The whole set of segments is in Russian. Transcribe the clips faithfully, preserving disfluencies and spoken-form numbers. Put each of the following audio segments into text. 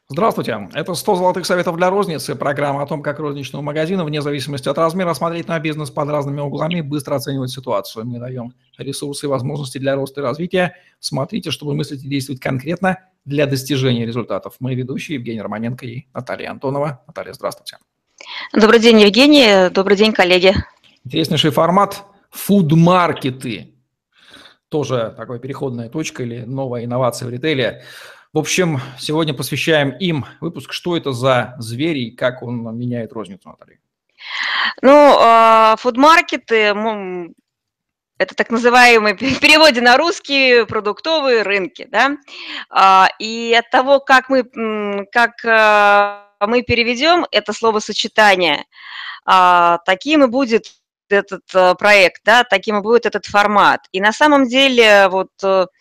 Здравствуйте. Это сто золотых советов для розницы. Программа о том, как розничному магазину, вне зависимости от размера, смотреть на бизнес под разными углами и быстро оценивать ситуацию. Мы даем ресурсы и возможности для роста и развития. Смотрите, чтобы мыслить и действовать конкретно для достижения результатов. Мы ведущие Евгений Романенко и Наталья Антонова. Наталья, здравствуйте. Добрый день, Евгений. Добрый день, коллеги. Интереснейший формат – фудмаркеты. Тоже такая переходная точка или новая инновация в ритейле. В общем, сегодня посвящаем им выпуск. Что это за звери и как он меняет розницу, Наталья? Ну, фудмаркеты – это так называемые, в переводе на русский, продуктовые рынки, да? И от того, как мы, как мы переведем это словосочетание, таким и будет этот проект, да, таким и будет этот формат. И на самом деле вот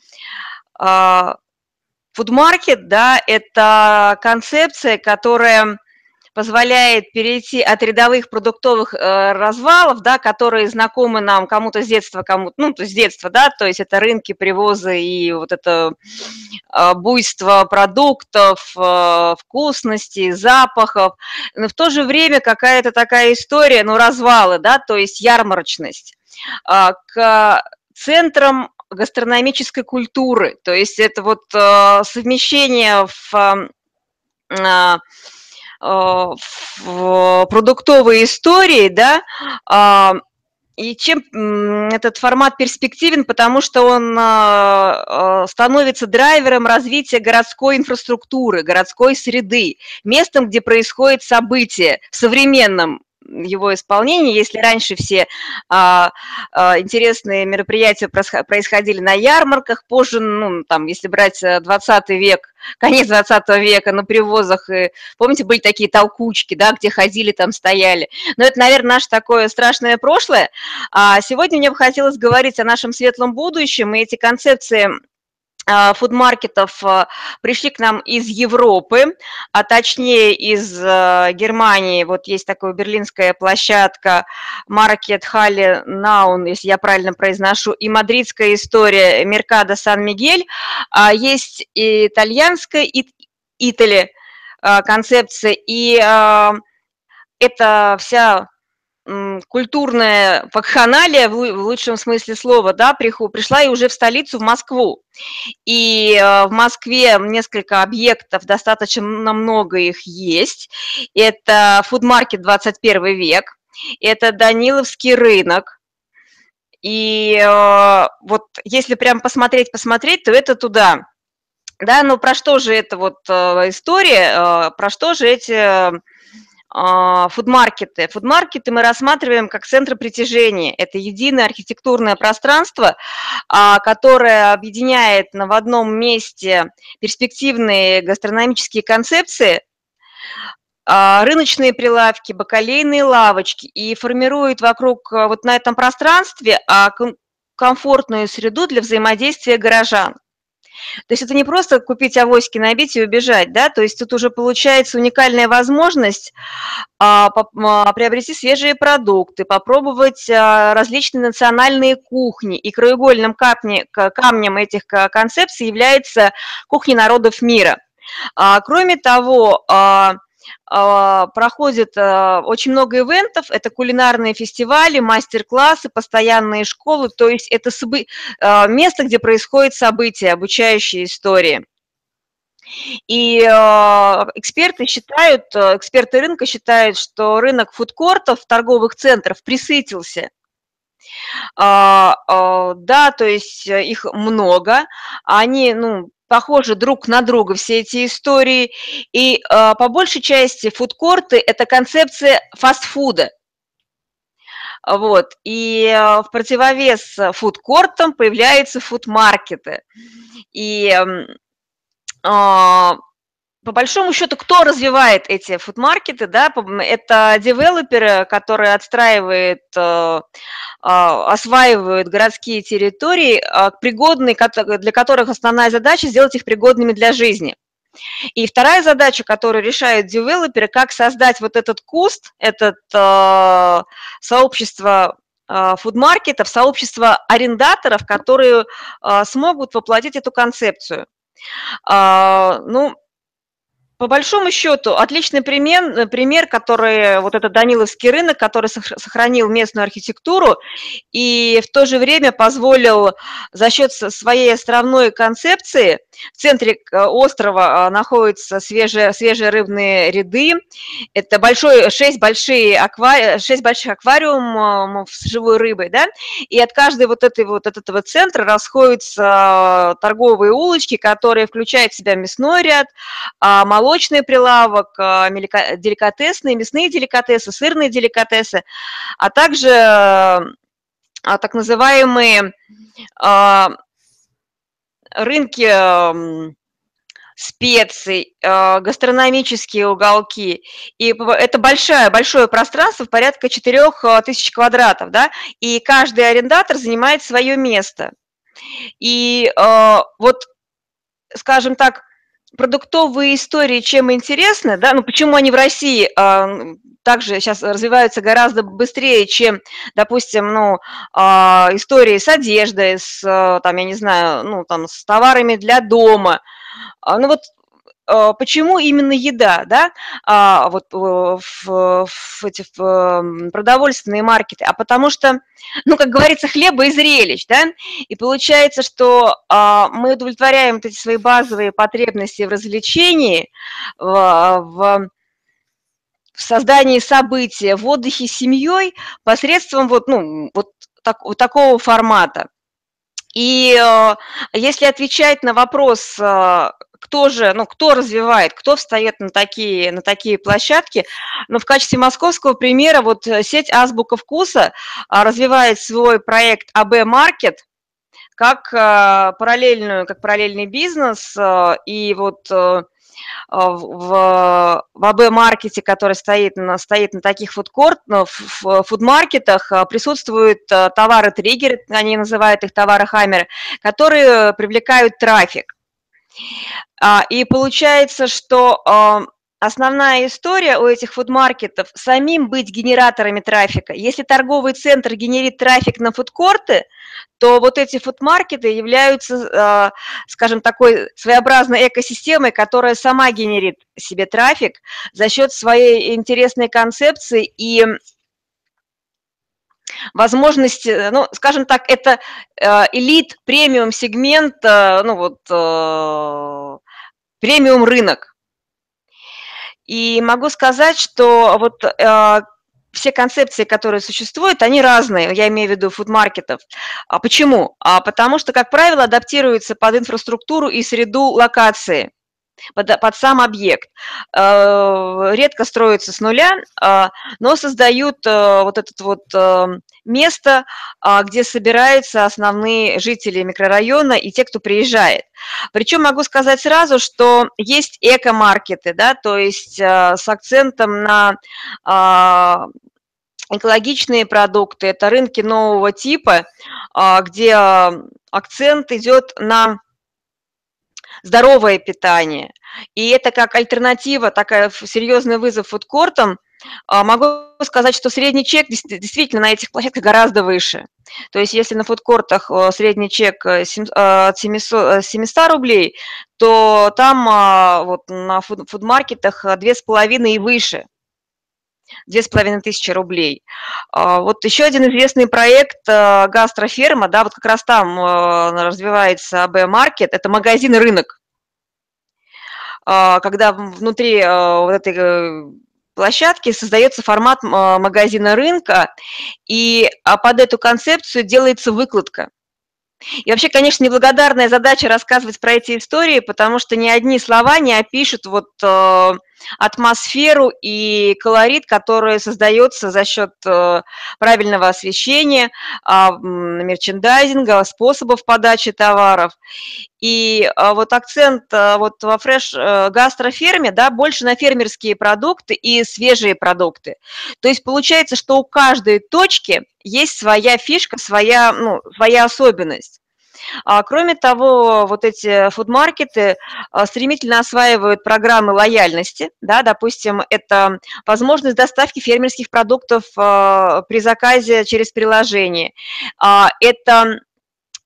фудмаркет, да, это концепция, которая позволяет перейти от рядовых продуктовых э, развалов, да, которые знакомы нам кому-то с детства, кому-то, ну, то есть с детства, да, то есть это рынки, привозы и вот это э, буйство продуктов, э, вкусностей, запахов, но в то же время какая-то такая история, ну, развалы, да, то есть ярмарочность, э, к центрам гастрономической культуры, то есть это вот э, совмещение в, э, в продуктовой истории, да, э, и чем э, этот формат перспективен, потому что он э, становится драйвером развития городской инфраструктуры, городской среды, местом, где происходит событие в современном его исполнении. Если раньше все а, а, интересные мероприятия происходили на ярмарках, позже, ну, там, если брать двадцатый век, конец двадцатого века, на привозах, и, помните, были такие толкучки, да, где ходили, там стояли. Но это, наверное, наше такое страшное прошлое. А сегодня мне бы хотелось говорить о нашем светлом будущем, и эти концепции фудмаркетов пришли к нам из Европы, а точнее из Германии. Вот есть такая берлинская площадка Market Halle Naun, если я правильно произношу, и мадридская история Mercado San Miguel. Есть и итальянская Итали концепция, и это вся культурная вакханалия, в лучшем смысле слова, да, пришла и уже в столицу, в Москву. И в Москве несколько объектов, достаточно много их есть. Это фудмаркет двадцать первый век, это Даниловский рынок. И вот если прям посмотреть, посмотреть, то это туда. Да, но про что же эта вот история, про что же эти фудмаркеты. Фудмаркеты мы рассматриваем как центры притяжения. Это единое архитектурное пространство, которое объединяет в одном месте перспективные гастрономические концепции, рыночные прилавки, бакалейные лавочки и формирует вокруг вот на этом пространстве комфортную среду для взаимодействия горожан. То есть это не просто купить авоськи, набить и убежать, да, то есть тут уже получается уникальная возможность а, а, приобрести свежие продукты, попробовать а, различные национальные кухни. И краеугольным камне, камнем этих концепций является кухня народов мира. А, кроме того, а, проходит очень много ивентов, это кулинарные фестивали, мастер-классы, постоянные школы, то есть это место, где происходят события, обучающие истории. И эксперты считают, эксперты рынка считают, что рынок фудкортов, торговых центров пресытился. Да, то есть их много, они, ну, похожи друг на друга, все эти истории, и э, по большей части фудкорты – это концепция фастфуда. Вот. И э, в противовес фудкортам появляются фудмаркеты. И э, по большому счету, кто развивает эти фудмаркеты, да, это девелоперы, которые отстраивают, осваивают городские территории, пригодные, для которых основная задача – сделать их пригодными для жизни. И вторая задача, которую решают девелоперы, как создать вот этот куст, это сообщество фудмаркетов, сообщество арендаторов, которые смогут воплотить эту концепцию. Ну, по большому счету, отличный пример, пример, который, вот этот Даниловский рынок, который сохранил местную архитектуру и в то же время позволил за счет своей островной концепции, в центре острова находятся свежие, свежие рыбные ряды, это большой, шесть, большие аква, шесть больших аквариумов с живой рыбой, да, и от каждой вот, этой, вот от этого центра расходятся торговые улочки, которые включают в себя мясной ряд, молочный, молочный прилавок, деликатесные, мясные деликатесы, сырные деликатесы, а также так называемые рынки специй, гастрономические уголки. И это большое, большое пространство, порядка четырёх тысяч квадратов, да, и каждый арендатор занимает свое место. И вот, скажем так, продуктовые истории чем интересны, да, ну почему они в России а, также сейчас развиваются гораздо быстрее, чем, допустим, ну, а, истории с одеждой, с, там, я не знаю, ну, там, с товарами для дома. А, ну вот почему именно еда, да, а, вот в, в эти в продовольственные маркеты, а потому что, ну, как говорится, хлеба и зрелищ, да, и получается, что а, мы удовлетворяем вот эти свои базовые потребности в развлечении, в, в, в создании события, в отдыхе с семьей посредством вот, ну, вот, так, вот такого формата. И э, если отвечать на вопрос, э, кто же, ну, кто развивает, кто встает на такие, на такие площадки, ну, в качестве московского примера вот сеть «Азбука вкуса» развивает свой проект эй би Market как э, параллельную, как параллельный бизнес, э, и вот э, в, в эй би Market, который стоит на, стоит на таких фудкорт, в фудмаркетах, присутствуют товары-триггеры, они называют их товары-хаммеры, которые привлекают трафик. И получается, что основная история у этих фудмаркетов – самим быть генераторами трафика. Если торговый центр генерит трафик на фудкорты, то вот эти фудмаркеты являются, скажем, такой своеобразной экосистемой, которая сама генерит себе трафик за счет своей интересной концепции и возможности, ну, скажем так, это элит, премиум сегмент, ну вот, премиум рынок. И могу сказать, что вот э, все концепции, которые существуют, они разные, я имею в виду фудмаркетов. А почему? А потому что, как правило, адаптируются под инфраструктуру и среду локации, под, под сам объект. Э, редко строятся с нуля, э, но создают э, вот это вот э, место, э, где собираются основные жители микрорайона и те, кто приезжает. Причем могу сказать сразу, что есть эко-маркеты, да, то есть э, с акцентом на э, экологичные продукты, это рынки нового типа, э, где акцент идет на здоровое питание. И это как альтернатива, такая серьезный вызов фудкортам. Могу сказать, что средний чек действительно на этих площадках гораздо выше. То есть если на фудкортах средний чек от семисот рублей, то там вот на фудмаркетах две с половиной и выше. Две с половиной тысячи рублей. Вот еще один известный проект «Гастроферма», да, вот как раз там развивается эй би Market, это магазин-рынок, когда внутри вот этой площадки создается формат магазина рынка, и под эту концепцию делается выкладка. И вообще, конечно, неблагодарная задача рассказывать про эти истории, потому что ни одни слова не опишут вот э, атмосферу и колорит, который создается за счет э, правильного освещения, э, мерчендайзинга, способов подачи товаров. И э, вот акцент э, вот во фреш-гастроферме, да, больше на фермерские продукты и свежие продукты. То есть получается, что у каждой точки есть своя фишка, своя, ну, своя особенность. А, кроме того, вот эти фудмаркеты стремительно осваивают программы лояльности. Да, допустим, это возможность доставки фермерских продуктов а, при заказе через приложение. А, это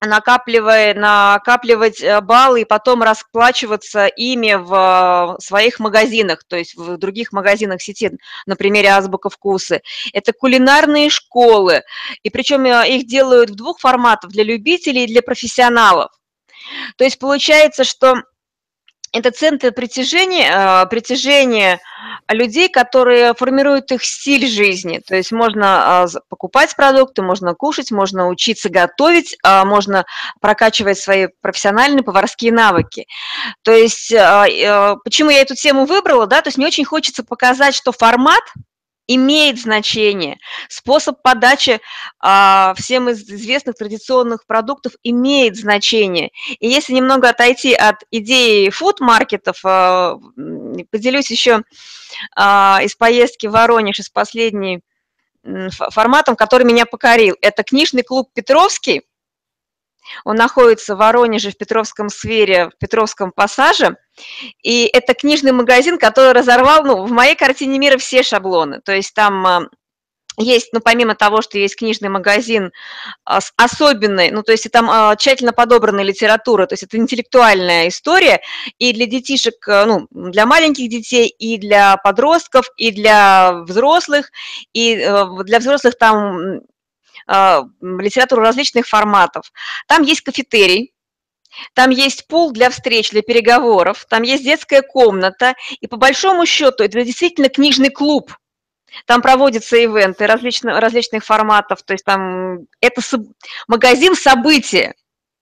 накапливая, накапливать баллы и потом расплачиваться ими в своих магазинах, то есть в других магазинах сети, на примере Азбука Вкусы. Это кулинарные школы, и причем их делают в двух форматах, для любителей и для профессионалов. То есть получается, что это центр притяжения, притяжения людей, которые формируют их стиль жизни. То есть можно покупать продукты, можно кушать, можно учиться готовить, можно прокачивать свои профессиональные поварские навыки. То есть почему я эту тему выбрала, да, то есть мне очень хочется показать, что формат имеет значение, способ подачи а, всем известных традиционных продуктов имеет значение. И если немного отойти от идеи фуд-маркетов, а, поделюсь еще а, из поездки в Воронеж, из последней форматом, который меня покорил. Это книжный клуб «Петровский». Он находится в Воронеже, в Петровском сквере, в Петровском пассаже. И это книжный магазин, который разорвал, ну, в моей картине мира все шаблоны. То есть там есть, ну, помимо того, что есть книжный магазин с особенной, ну, то есть там тщательно подобранная литература, то есть это интеллектуальная история и для детишек, ну, для маленьких детей, и для подростков, и для взрослых, и для взрослых там литературу различных форматов. Там есть кафетерий, там есть пул для встреч, для переговоров, там есть детская комната, и по большому счету это действительно книжный клуб. Там проводятся ивенты различных, различных форматов, то есть там это магазин события.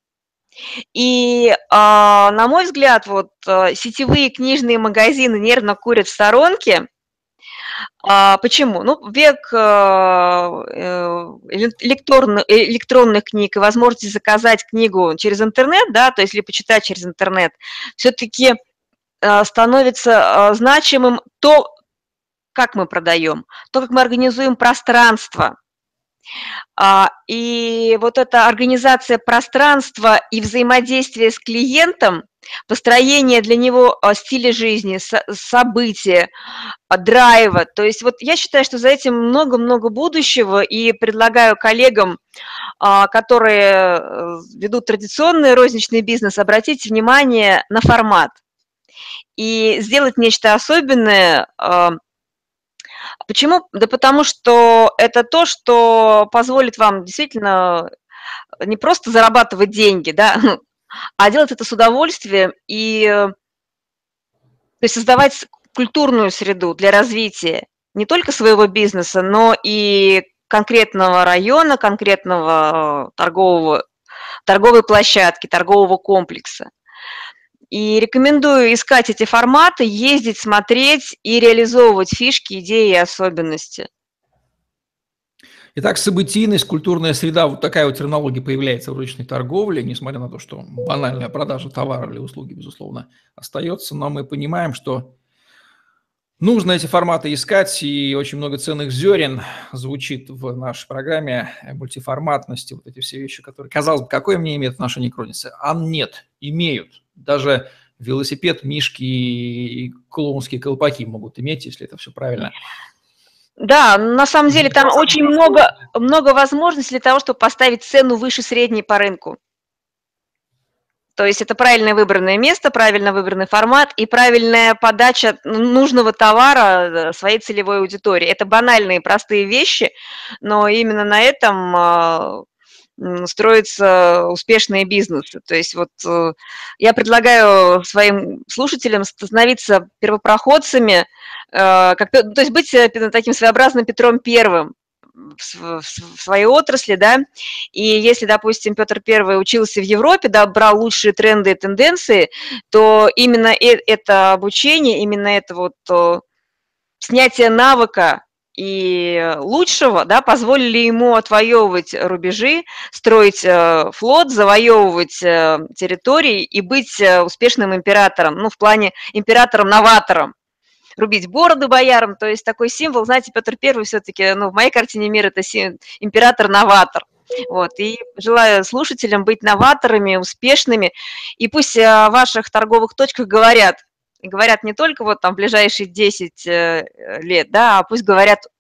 И, на мой взгляд, вот сетевые книжные магазины нервно курят в сторонке. Почему? Ну, век электронных, электронных книг и возможности заказать книгу через интернет, да, то есть либо почитать через интернет, все-таки становится значимым то, как мы продаем, то, как мы организуем пространство. И вот эта организация пространства и взаимодействие с клиентом, построение для него стиля жизни, события, драйва. То есть вот я считаю, что за этим много-много будущего, и предлагаю коллегам, которые ведут традиционный розничный бизнес, обратить внимание на формат и сделать нечто особенное. Почему? Да потому что это то, что позволит вам действительно не просто зарабатывать деньги, да, а делать это с удовольствием и то есть создавать культурную среду для развития не только своего бизнеса, но и конкретного района, конкретного торгового, торговой площадки, торгового комплекса. И рекомендую искать эти форматы, ездить, смотреть и реализовывать фишки, идеи и особенности. Итак, событийность, культурная среда, вот такая вот терминология появляется в рыночной торговле, несмотря на то, что банальная продажа товара или услуги, безусловно, остается, но мы понимаем, что нужно эти форматы искать, и очень много ценных зерен звучит в нашей программе мультиформатности, вот эти все вещи, которые, казалось бы, какое мне имеет отношение к рознице? А нет, имеют. Даже велосипед, мишки и клоунские колпаки могут иметь, если это все правильно. Да, на самом деле там очень много, много возможностей для того, чтобы поставить цену выше средней по рынку. То есть это правильно выбранное место, правильно выбранный формат и правильная подача нужного товара своей целевой аудитории. Это банальные, простые вещи, но именно на этом строятся успешные бизнесы. То есть вот я предлагаю своим слушателям становиться первопроходцами, как, то есть быть таким своеобразным Петром Первым в своей отрасли, да, и если, допустим, Петр Первый учился в Европе, да, брал лучшие тренды и тенденции, то именно это обучение, именно это вот снятие навыка и лучшего, да, позволили ему отвоевывать рубежи, строить флот, завоевывать территории и быть успешным императором, ну, в плане императором-новатором. Рубить бороду боярам, то есть такой символ, знаете, Петр Первый все-таки, ну, в моей картине мира это император-новатор. Вот, и желаю слушателям быть новаторами, успешными, и пусть о ваших торговых точках говорят, и говорят не только вот там в ближайшие десять лет, да, а пусть говорят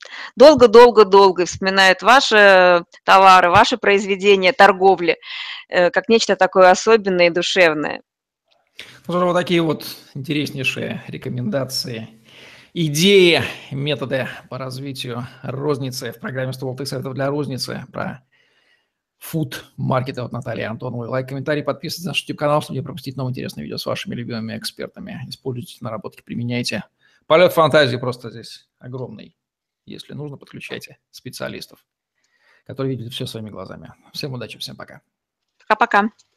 долго-долго-долго вспоминают ваши товары, ваши произведения, торговли, э, как нечто такое особенное и душевное. Ну, вот такие вот интереснейшие рекомендации, идеи, методы по развитию розницы в программе сто золотых советов для розницы про фуд-маркеты от Натальи Антоновой. Лайк, комментарий, подписывайтесь на наш YouTube-канал, чтобы не пропустить новые интересные видео с вашими любимыми экспертами. Используйте наработки, применяйте. Полет фантазии просто здесь огромный. Если нужно, подключайте специалистов, которые видят все своими глазами. Всем удачи, всем пока. Пока-пока.